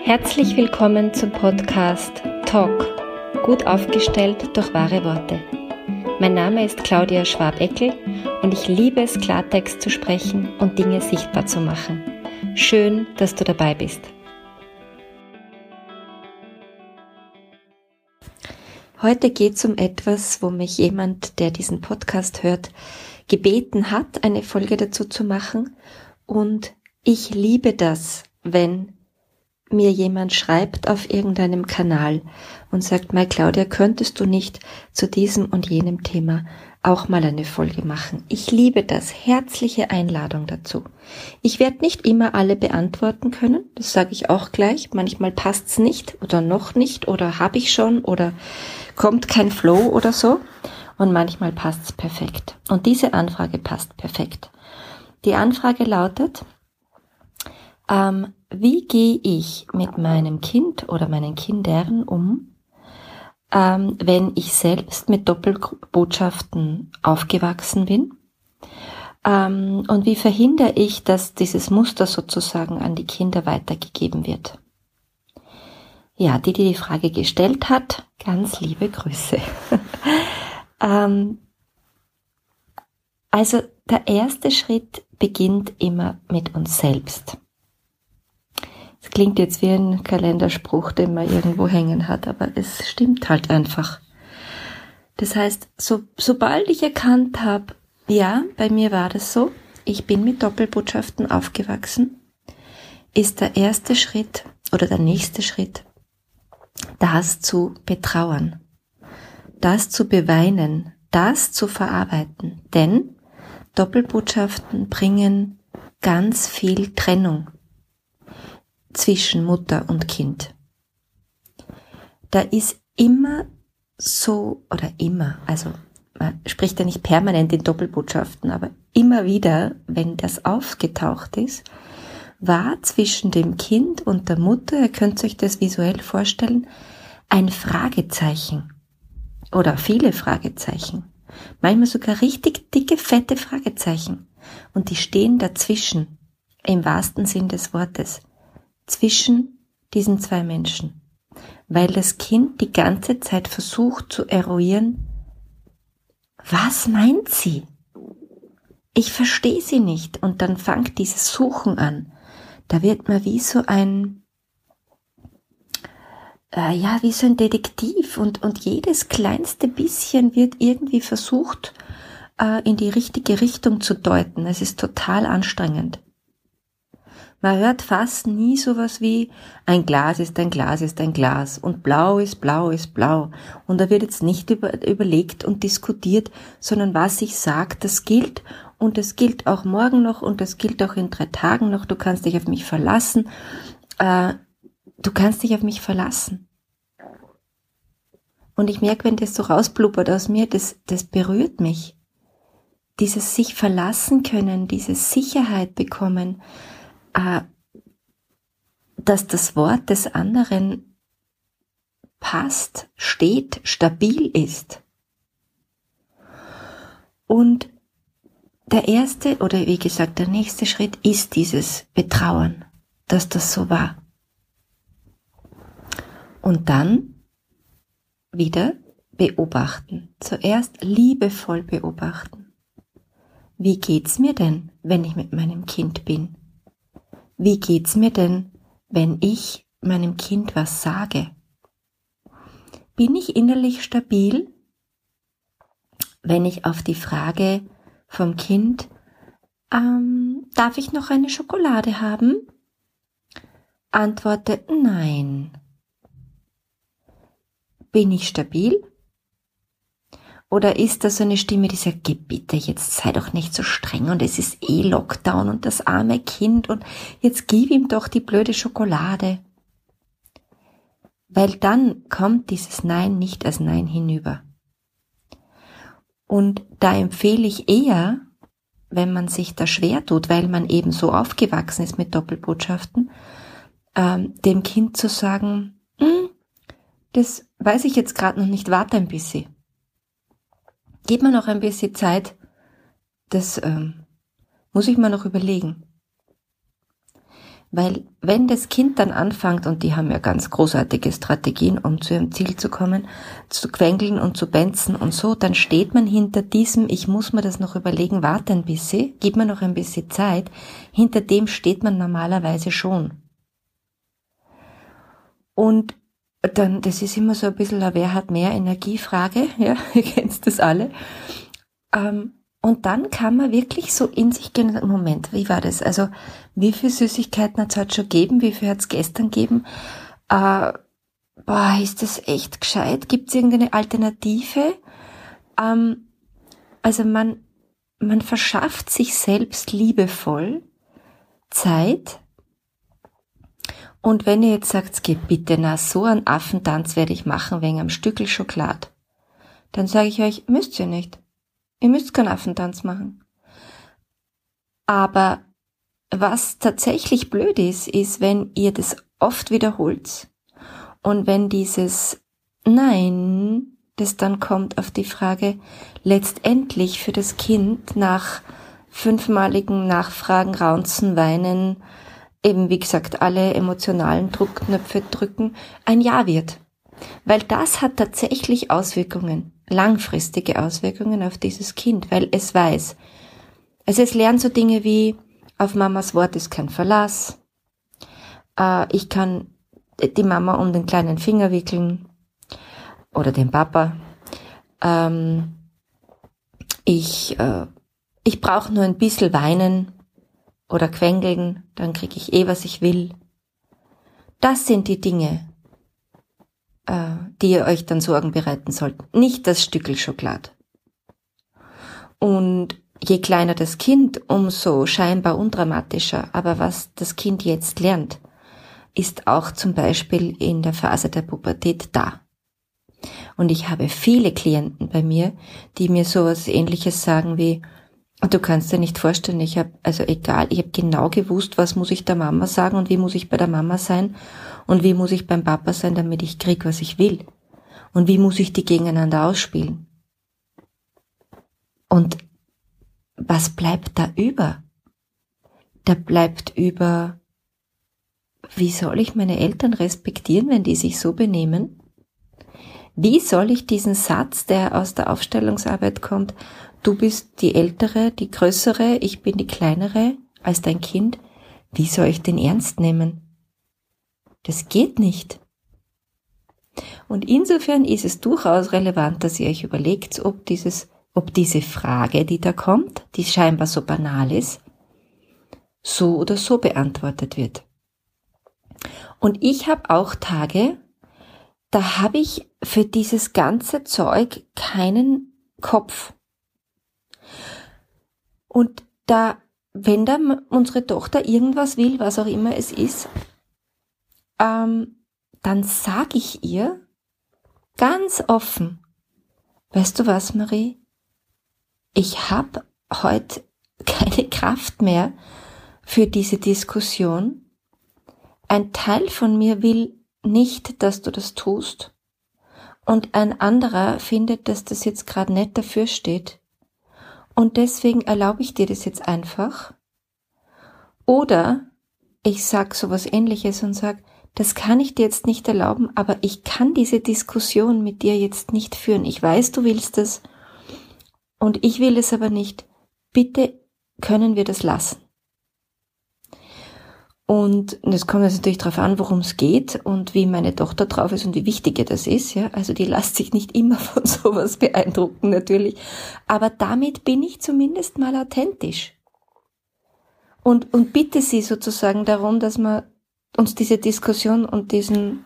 Herzlich willkommen zum Podcast Talk, gut aufgestellt durch wahre Worte. Mein Name ist Claudia Schwab-Eckel und ich liebe es, Klartext zu sprechen und Dinge sichtbar zu machen. Schön, dass du dabei bist. Heute geht es um etwas, wo mich jemand, der diesen Podcast hört, gebeten hat, eine Folge dazu zu machen. Und ich liebe das, wenn mir jemand schreibt auf irgendeinem Kanal und sagt, Claudia, könntest du nicht zu diesem und jenem Thema auch mal eine Folge machen? Ich liebe das. Herzliche Einladung dazu. Ich werde nicht immer alle beantworten können, das sage ich auch gleich. Manchmal passt's nicht oder noch nicht oder habe ich schon oder kommt kein Flow oder so. Und manchmal passt's perfekt. Und diese Anfrage passt perfekt. Die Anfrage lautet, wie gehe ich mit meinem Kind oder meinen Kindern um, wenn ich selbst mit Doppelbotschaften aufgewachsen bin? Und wie verhindere ich, dass dieses Muster sozusagen an die Kinder weitergegeben wird? Ja, die Frage gestellt hat, ganz liebe Grüße. Also der erste Schritt beginnt immer mit uns selbst. Es klingt jetzt wie ein Kalenderspruch, den man irgendwo hängen hat, aber es stimmt halt einfach. Das heißt, sobald ich erkannt habe, ja, bei mir war das so, ich bin mit Doppelbotschaften aufgewachsen, ist der erste Schritt oder der nächste Schritt, das zu betrauern, das zu beweinen, das zu verarbeiten. Denn Doppelbotschaften bringen ganz viel Trennung zwischen Mutter und Kind. Da ist immer so, oder immer, also man spricht ja nicht permanent in Doppelbotschaften, aber immer wieder, wenn das aufgetaucht ist, war zwischen dem Kind und der Mutter, ihr könnt euch das visuell vorstellen, ein Fragezeichen oder viele Fragezeichen. Manchmal sogar richtig dicke, fette Fragezeichen. Und die stehen dazwischen, im wahrsten Sinn des Wortes, zwischen diesen zwei Menschen. Weil das Kind die ganze Zeit versucht zu eruieren, was meint sie? Ich verstehe sie nicht. Und dann fängt dieses Suchen an. Da wird man wie so ein Detektiv und jedes kleinste bisschen wird irgendwie versucht, in die richtige Richtung zu deuten. Es ist total anstrengend. Man hört fast nie sowas wie, ein Glas ist ein Glas ist ein Glas und blau ist blau ist blau. Und da wird jetzt nicht überlegt und diskutiert, sondern was ich sage, das gilt und es gilt auch morgen noch und es gilt auch in 3 Tagen noch. Du kannst dich auf mich verlassen. Du kannst dich auf mich verlassen. Und ich merke, wenn das so rausblubbert aus mir, das berührt mich. Dieses sich verlassen können, diese Sicherheit bekommen, dass das Wort des anderen passt, steht, stabil ist. Und der erste oder wie gesagt der nächste Schritt ist dieses Betrauern, dass das so war. Und dann wieder beobachten. Zuerst liebevoll beobachten. Wie geht's mir denn, wenn ich mit meinem Kind bin? Wie geht's mir denn, wenn ich meinem Kind was sage? Bin ich innerlich stabil, wenn ich auf die Frage vom Kind, darf ich noch eine Schokolade haben? Antworte, nein. Bin ich stabil? Oder ist da so eine Stimme, die sagt, geh bitte, jetzt sei doch nicht so streng und es ist Lockdown und das arme Kind und jetzt gib ihm doch die blöde Schokolade. Weil dann kommt dieses Nein nicht als Nein hinüber. Und da empfehle ich eher, wenn man sich da schwer tut, weil man eben so aufgewachsen ist mit Doppelbotschaften, dem Kind zu sagen, das weiß ich jetzt gerade noch nicht, warte ein bisschen. Gib mir noch ein bisschen Zeit, das muss ich mir noch überlegen. Weil wenn das Kind dann anfängt, und die haben ja ganz großartige Strategien, um zu ihrem Ziel zu kommen, zu quengeln und zu benzen und so, dann steht man hinter diesem, ich muss mir das noch überlegen, warte ein bisschen, gib mir noch ein bisschen Zeit, hinter dem steht man normalerweise schon. Und dann, das ist immer so ein bisschen eine wer hat mehr Energiefrage, ja, ihr kennt das alle. Und dann kann man wirklich so in sich gehen und sagen, Moment, wie war das? Also, wie viel Süßigkeiten hat es heute schon gegeben? Wie viel hat es gestern gegeben? Ist das echt gescheit? Gibt es irgendeine Alternative? Also man verschafft sich selbst liebevoll Zeit. Und wenn ihr jetzt sagt, geht bitte, na, so einen Affentanz werde ich machen wegen einem Stückel Schokolade, dann sage ich euch, müsst ihr nicht. Ihr müsst keinen Affentanz machen. Aber was tatsächlich blöd ist, wenn ihr das oft wiederholt und wenn dieses Nein, das dann kommt auf die Frage, letztendlich für das Kind nach 5-maligen Nachfragen, Raunzen, Weinen, eben wie gesagt alle emotionalen Druckknöpfe drücken, ein Ja wird. Weil das hat tatsächlich Auswirkungen, langfristige Auswirkungen auf dieses Kind, weil es weiß. Also es lernt so Dinge wie, auf Mamas Wort ist kein Verlass, ich kann die Mama um den kleinen Finger wickeln oder den Papa, ich brauche nur ein bisschen weinen oder quengeln, dann kriege ich was ich will. Das sind die Dinge, die ihr euch dann Sorgen bereiten sollt. Nicht das Stückel Schokolade. Und je kleiner das Kind, umso scheinbar undramatischer. Aber was das Kind jetzt lernt, ist auch zum Beispiel in der Phase der Pubertät da. Und ich habe viele Klienten bei mir, die mir sowas Ähnliches sagen wie, du kannst dir nicht vorstellen, ich habe genau gewusst, was muss ich der Mama sagen und wie muss ich bei der Mama sein und wie muss ich beim Papa sein, damit ich krieg, was ich will. Und wie muss ich die gegeneinander ausspielen. Und was bleibt da über? Da bleibt über, wie soll ich meine Eltern respektieren, wenn die sich so benehmen? Wie soll ich diesen Satz, der aus der Aufstellungsarbeit kommt, du bist die Ältere, die Größere, ich bin die Kleinere als dein Kind, wie soll ich den ernst nehmen? Das geht nicht. Und insofern ist es durchaus relevant, dass ihr euch überlegt, ob diese Frage, die da kommt, die scheinbar so banal ist, so oder so beantwortet wird. Und ich habe auch Tage, da habe ich für dieses ganze Zeug keinen Kopf. Und wenn da unsere Tochter irgendwas will, was auch immer es ist, dann sage ich ihr ganz offen, weißt du was, Marie? Ich habe heute keine Kraft mehr für diese Diskussion. Ein Teil von mir will nicht, dass du das tust. Und ein anderer findet, dass das jetzt gerade nicht dafür steht. Und deswegen erlaube ich dir das jetzt einfach. Oder ich sag sowas Ähnliches und sag, das kann ich dir jetzt nicht erlauben, aber ich kann diese Diskussion mit dir jetzt nicht führen. Ich weiß, du willst es und ich will es aber nicht. Bitte können wir das lassen. Und es kommt jetzt natürlich darauf an, worum es geht und wie meine Tochter drauf ist und wie wichtig ihr das ist. Ja, also die lässt sich nicht immer von sowas beeindrucken natürlich. Aber damit bin ich zumindest mal authentisch. Und bitte sie sozusagen darum, dass wir uns diese Diskussion und diesen,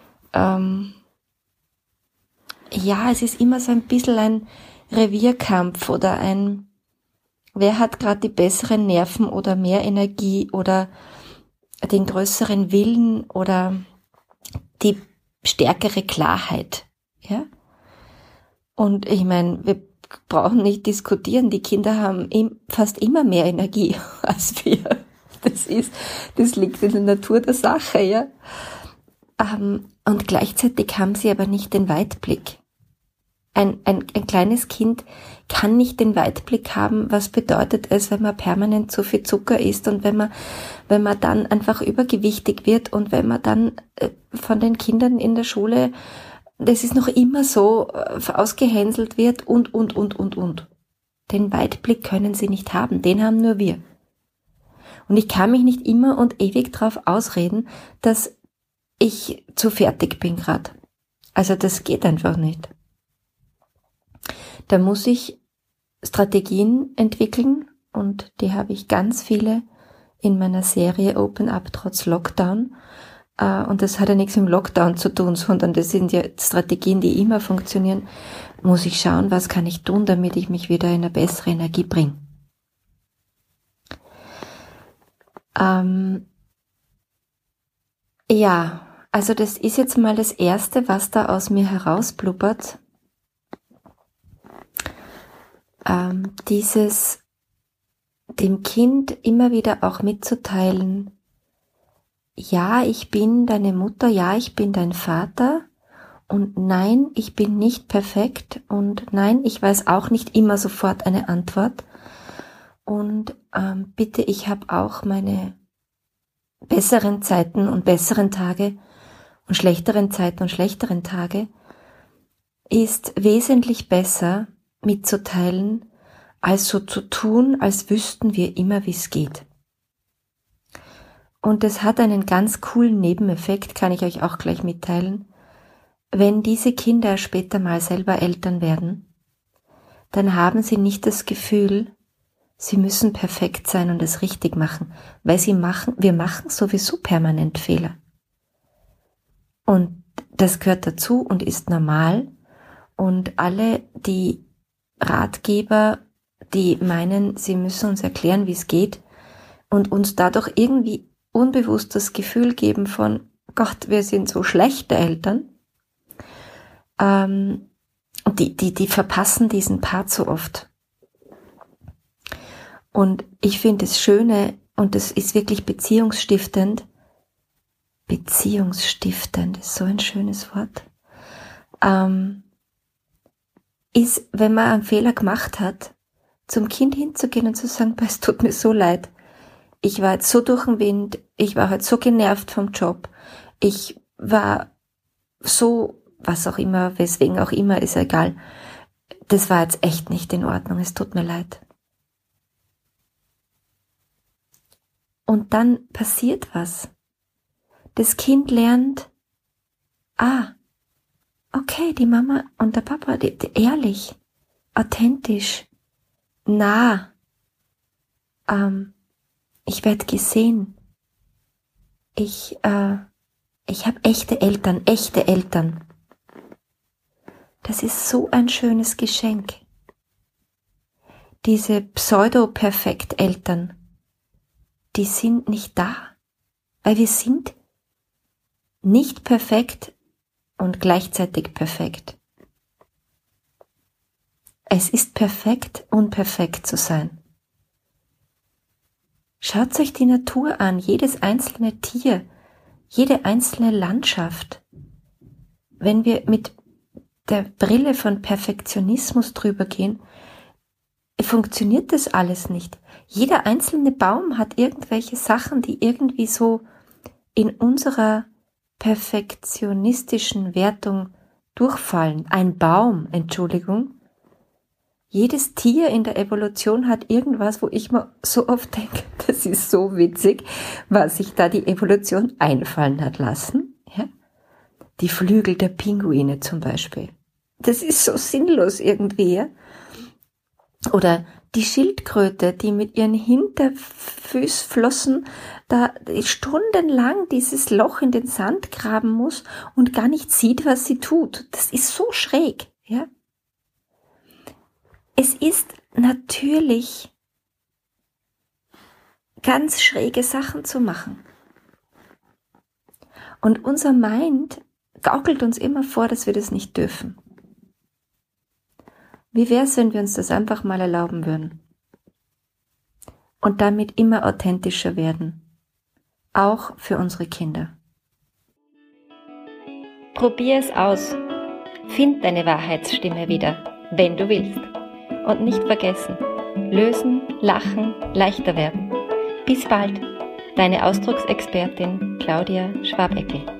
es ist immer so ein bisschen ein Revierkampf oder wer hat gerade die besseren Nerven oder mehr Energie oder den größeren Willen oder die stärkere Klarheit, ja? Und ich meine, wir brauchen nicht diskutieren, die Kinder haben fast immer mehr Energie als wir. Das liegt in der Natur der Sache, ja? Und gleichzeitig haben sie aber nicht den Weitblick. Ein kleines Kind kann nicht den Weitblick haben, was bedeutet es, wenn man permanent zu viel Zucker isst und wenn man dann einfach übergewichtig wird und wenn man dann von den Kindern in der Schule, das ist noch immer so, ausgehänselt wird und. Den Weitblick können sie nicht haben, den haben nur wir. Und ich kann mich nicht immer und ewig darauf ausreden, dass ich zu fertig bin gerade. Also das geht einfach nicht. Da muss ich Strategien entwickeln und die habe ich ganz viele in meiner Serie Open Up trotz Lockdown. Und das hat ja nichts mit dem Lockdown zu tun, sondern das sind ja Strategien, die immer funktionieren. Muss ich schauen, was kann ich tun, damit ich mich wieder in eine bessere Energie bringe. Ja, also das ist jetzt mal das Erste, was da aus mir herausblubbert. Dieses dem Kind immer wieder auch mitzuteilen, ja, ich bin deine Mutter, ja, ich bin dein Vater und nein, ich bin nicht perfekt und nein, ich weiß auch nicht immer sofort eine Antwort und bitte, ich habe auch meine besseren Zeiten und besseren Tage und schlechteren Zeiten und schlechteren Tage, ist wesentlich besser mitzuteilen, als so zu tun, als wüssten wir immer, wie es geht. Und es hat einen ganz coolen Nebeneffekt, kann ich euch auch gleich mitteilen. Wenn diese Kinder später mal selber Eltern werden, dann haben sie nicht das Gefühl, sie müssen perfekt sein und es richtig machen, weil wir machen sowieso permanent Fehler. Und das gehört dazu und ist normal. Und alle die Ratgeber, die meinen, sie müssen uns erklären, wie es geht und uns dadurch irgendwie unbewusst das Gefühl geben von, Gott, wir sind so schlechte Eltern, die verpassen diesen Part so oft. Und ich finde das Schöne, und das ist wirklich beziehungsstiftend ist so ein schönes Wort, ist, wenn man einen Fehler gemacht hat, zum Kind hinzugehen und zu sagen, es tut mir so leid, ich war jetzt so durch den Wind, ich war halt so genervt vom Job, ich war so, was auch immer, weswegen auch immer, ist egal, das war jetzt echt nicht in Ordnung, es tut mir leid. Und dann passiert was. Das Kind lernt, okay, die Mama und der Papa, die ehrlich, authentisch, nah, ich werde gesehen. Ich habe echte Eltern. Das ist so ein schönes Geschenk. Diese Pseudo-Perfekt-Eltern, die sind nicht da, weil wir sind nicht perfekt und gleichzeitig perfekt. Es ist perfekt, unperfekt zu sein. Schaut euch die Natur an, jedes einzelne Tier, jede einzelne Landschaft. Wenn wir mit der Brille von Perfektionismus drüber gehen, funktioniert das alles nicht. Jeder einzelne Baum hat irgendwelche Sachen, die irgendwie so in unserer perfektionistischen Wertung durchfallen. Ein Baum, jedes Tier in der Evolution hat irgendwas, wo ich mir so oft denke, das ist so witzig, was sich da die Evolution einfallen hat lassen. Ja? Die Flügel der Pinguine zum Beispiel. Das ist so sinnlos irgendwie. Ja? Oder die Schildkröte, die mit ihren Hinterfußflossen da stundenlang dieses Loch in den Sand graben muss und gar nicht sieht, was sie tut. Das ist so schräg. Ja? Es ist natürlich ganz schräge Sachen zu machen. Und unser Mind gaukelt uns immer vor, dass wir das nicht dürfen. Wie wäre es, wenn wir uns das einfach mal erlauben würden? Und damit immer authentischer werden. Auch für unsere Kinder. Probier es aus. Find deine Wahrheitsstimme wieder, wenn du willst. und nicht vergessen. Lösen, lachen, leichter werden. Bis bald, deine Ausdrucksexpertin Claudia Schwabeckel.